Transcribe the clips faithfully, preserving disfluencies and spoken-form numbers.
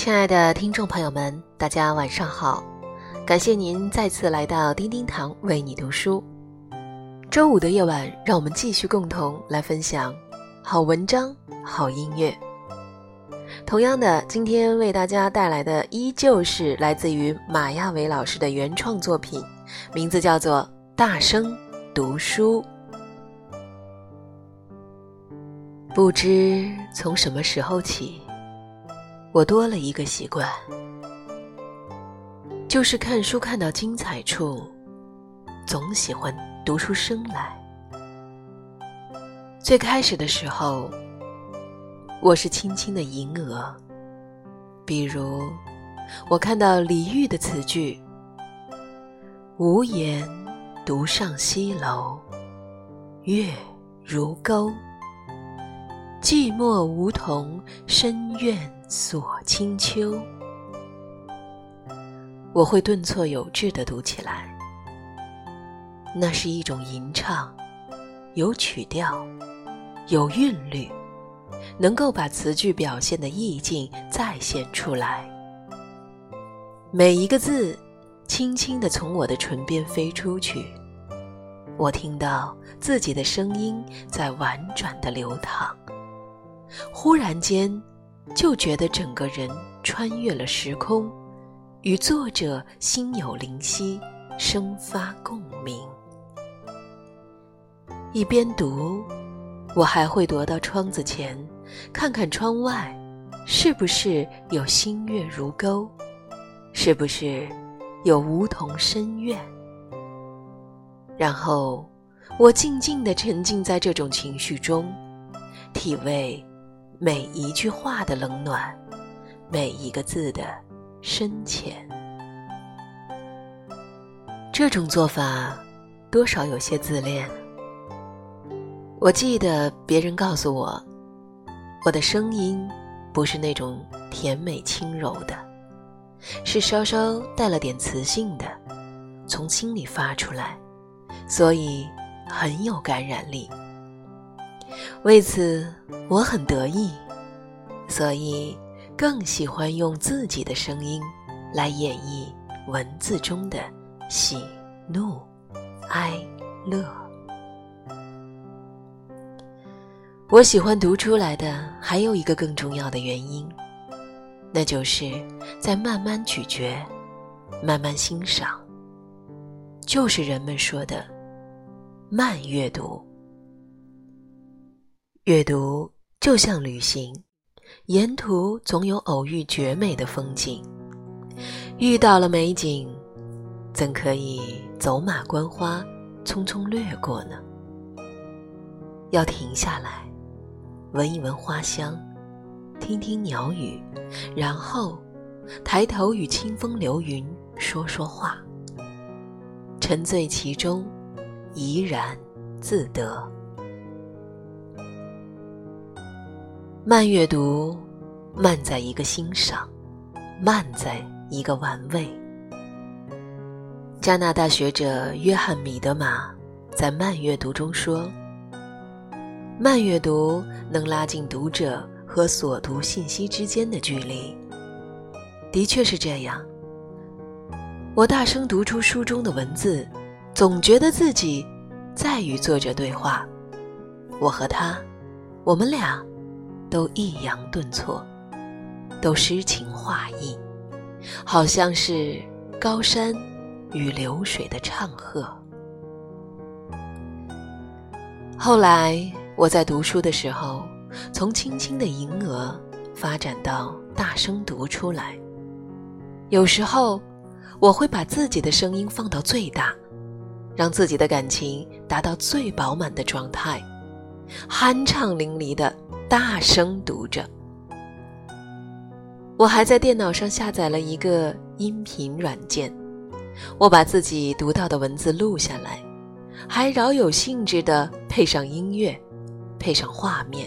亲爱的听众朋友们，大家晚上好，感谢您再次来到叮叮堂为你读书。周五的夜晚，让我们继续共同来分享好文章、好音乐。同样的，今天为大家带来的依旧是来自于马亚伟老师的原创作品，名字叫做《大声读书》。不知从什么时候起，我多了一个习惯，就是看书看到精彩处，总喜欢读出声来。最开始的时候，我是轻轻的吟额，比如我看到李煜的词句：无言独上西楼，月如钩，寂寞梧桐深院锁清秋。我会顿挫有致地读起来，那是一种吟唱，有曲调，有韵律，能够把词句表现的意境再现出来。每一个字轻轻地从我的唇边飞出去，我听到自己的声音在婉转地流淌，忽然间就觉得整个人穿越了时空，与作者心有灵犀，生发共鸣。一边读，我还会踱到窗子前，看看窗外是不是有新月如钩，是不是有梧桐深院。然后我静静地沉浸在这种情绪中，体味每一句话的冷暖，每一个字的深浅。这种做法多少有些自恋。我记得别人告诉我，我的声音不是那种甜美轻柔的，是稍稍带了点磁性的，从心里发出来，所以很有感染力。为此我很得意，所以更喜欢用自己的声音来演绎文字中的喜怒哀乐。我喜欢读出来的还有一个更重要的原因，那就是在慢慢咀嚼，慢慢欣赏，就是人们说的慢阅读。阅读就像旅行，沿途总有偶遇绝美的风景，遇到了美景，怎可以走马观花，匆匆掠过呢？要停下来，闻一闻花香，听听鸟语，然后抬头与清风流云说说话，沉醉其中，怡然自得。慢阅读，慢在一个欣赏，慢在一个玩味。加拿大学者约翰·米德玛在慢阅读中说，慢阅读能拉近读者和所读信息之间的距离。的确是这样，我大声读出书中的文字，总觉得自己在与作者对话，我和他，我们俩都抑扬顿挫，都诗情画意，好像是高山与流水的唱和。后来我在读书的时候，从轻轻的吟额发展到大声读出来。有时候我会把自己的声音放到最大，让自己的感情达到最饱满的状态，酣畅淋漓的大声读着。我还在电脑上下载了一个音频软件，我把自己读到的文字录下来，还饶有兴致地配上音乐，配上画面。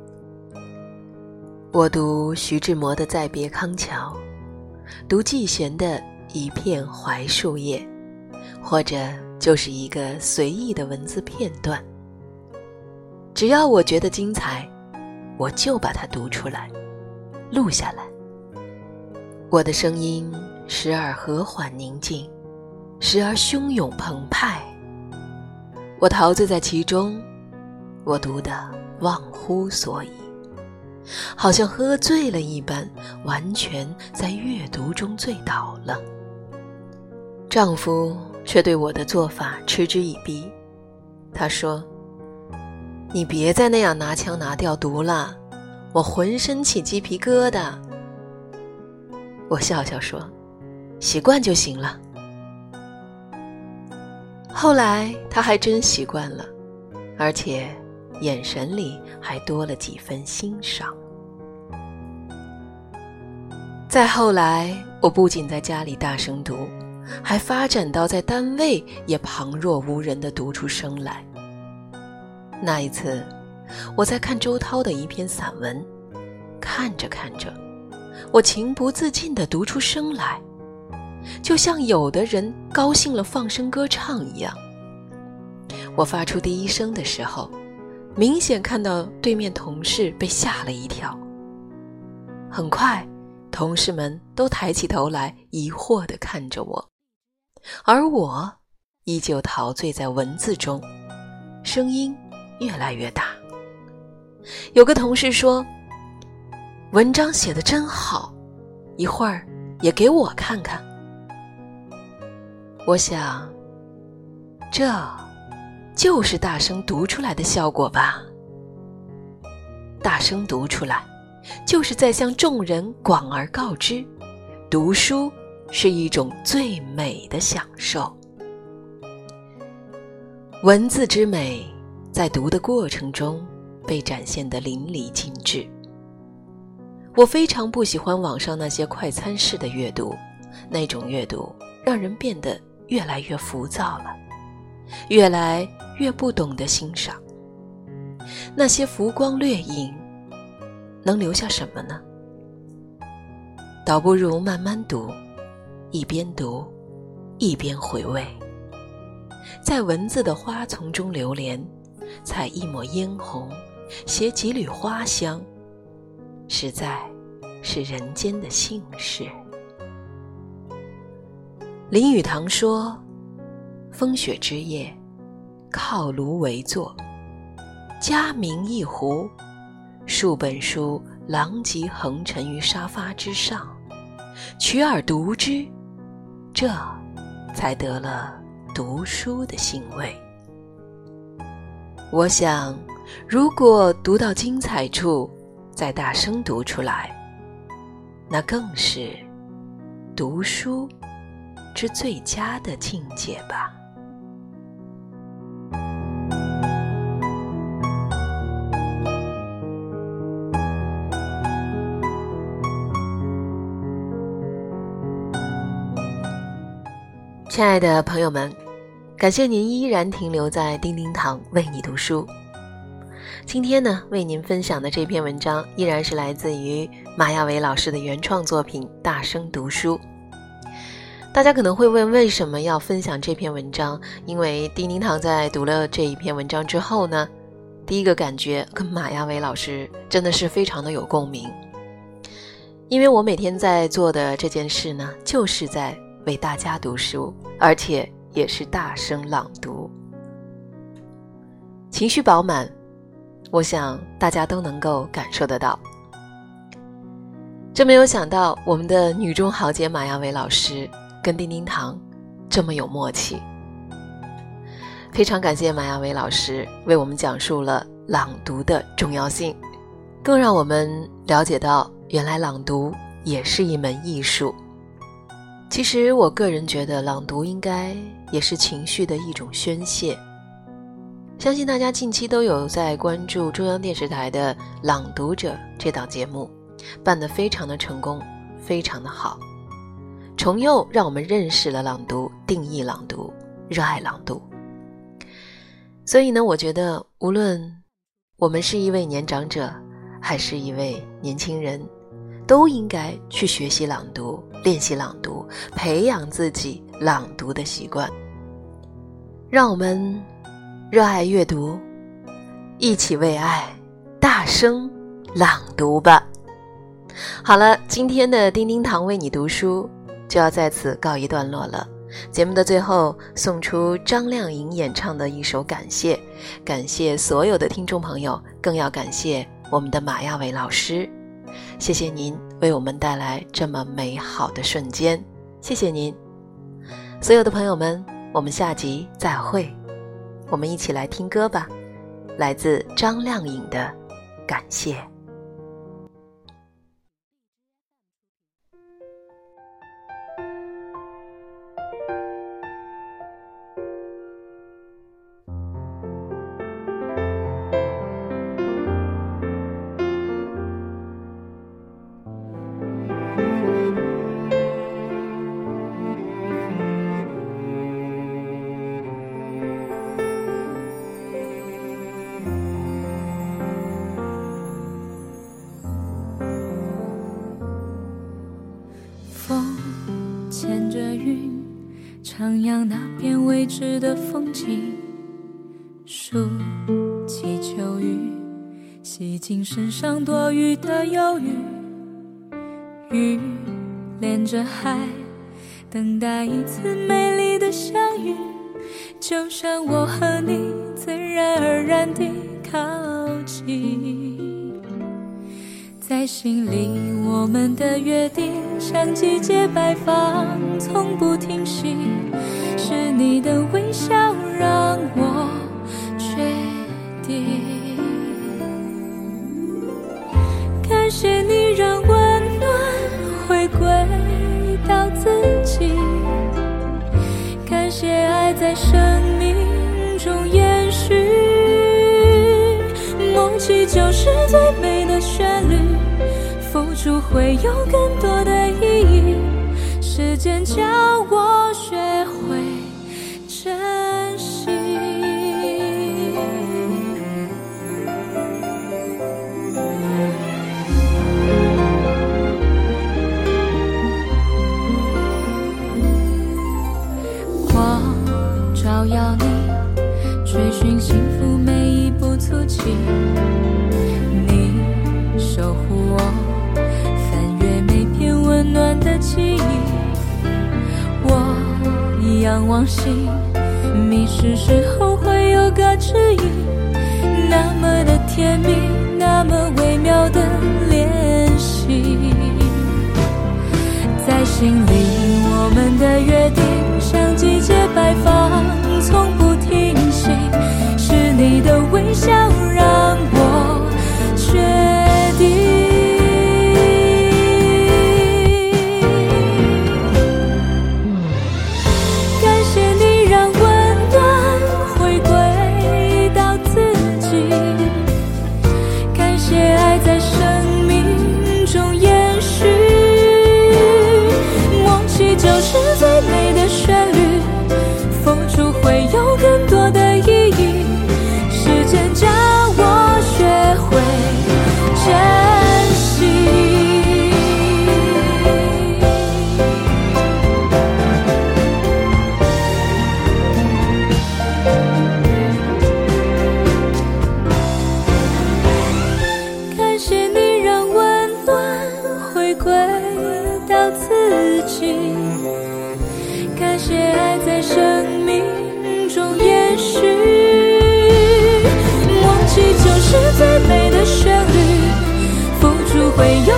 我读徐志摩的《再别康桥》，读季弦的《一片槐树叶》，或者就是一个随意的文字片段。只要我觉得精彩，我就把它读出来，录下来。 我的声音时而和缓宁静，时而汹涌澎湃，我陶醉在其中，我读得忘乎所以，好像喝醉了一般，完全在阅读中醉倒了。丈夫却对我的做法嗤之以鼻，他说：你别再那样拿腔拿调读了，我浑身起鸡皮疙瘩。我笑笑说：习惯就行了。后来他还真习惯了，而且眼神里还多了几分欣赏。再后来，我不仅在家里大声读，还发展到在单位也旁若无人地读出声来。那一次，我在看周涛的一篇散文，看着看着，我情不自禁地读出声来，就像有的人高兴了放声歌唱一样。我发出第一声的时候，明显看到对面同事被吓了一跳。很快，同事们都抬起头来，疑惑地看着我，而我依旧陶醉在文字中，声音越来越大。有个同事说：文章写得真好，一会儿也给我看看。我想，这就是大声读出来的效果吧。大声读出来，就是在向众人广而告之，读书是一种最美的享受。文字之美，在读的过程中被展现得淋漓尽致。我非常不喜欢网上那些快餐式的阅读，那种阅读让人变得越来越浮躁了，越来越不懂得欣赏。那些浮光掠影能留下什么呢？倒不如慢慢读，一边读一边回味，在文字的花丛中流连，采一抹嫣红，携几缕花香，实在是人间的幸事。林语堂说：风雪之夜，靠炉围坐，佳茗一壶，数本书狼藉横陈于沙发之上，取而读之，这才得了读书的兴味。我想，如果读到精彩处再大声读出来，那更是读书之最佳的境界吧。亲爱的朋友们，感谢您依然停留在叮叮堂为你读书。今天呢，为您分享的这篇文章依然是来自于马亚伟老师的原创作品《大声读书》。大家可能会问，为什么要分享这篇文章？因为叮叮堂在读了这一篇文章之后呢，第一个感觉跟马亚伟老师真的是非常的有共鸣。因为我每天在做的这件事呢，就是在为大家读书，而且也是大声朗读，情绪饱满，我想大家都能够感受得到。真没有想到我们的女中豪杰马亚伟老师跟叮叮堂这么有默契。非常感谢马亚伟老师为我们讲述了朗读的重要性，更让我们了解到原来朗读也是一门艺术。其实我个人觉得朗读应该也是情绪的一种宣泄。相信大家近期都有在关注中央电视台的《朗读者》这档节目，办得非常的成功，非常的好。重又让我们认识了朗读，定义朗读，热爱朗读。所以呢，我觉得无论我们是一位年长者，还是一位年轻人，都应该去学习朗读，练习朗读，培养自己朗读的习惯。让我们热爱阅读，一起为爱大声朗读吧。 好了，今天的叮叮堂为你读书就要在此告一段落了。节目的最后送出张靓颖演唱的一首感谢，感谢所有的听众朋友，更要感谢我们的马亚伟老师。谢谢您为我们带来这么美好的瞬间，谢谢您。所有的朋友们，我们下集再会。我们一起来听歌吧，来自张靓颖的感谢。 牵着云，徜徉那片未知的风景，数起秋雨，洗净身上多余的忧郁。雨连着海，等待一次美丽的相遇，就像我和你自然而然地靠近。在心里我们的约定像季节摆放，从不停息，是你的微笑让我确定。感谢你让温暖回归到自己，感谢爱在生命中延续，默契就是最美的旋律，付出会有更多的意义，时间教我学会珍惜。光照耀你，追寻幸福每一步足迹，你守护我，翻阅每片温暖的记忆。我仰望星，迷失时候会有个指引，那么的甜蜜，那么微妙的联系。在心里我们的约定像季节摆放，从不停息，是你的微笑让我确定。感谢你让温暖回归到自己，感谢爱在生命中延续，默契就是最美的旋律，付出会有更多的意义，时间教我学会珍惜。感谢你让温暖回归到自己，感谢爱在生命中延续，默契就是最美的旋律，付出会有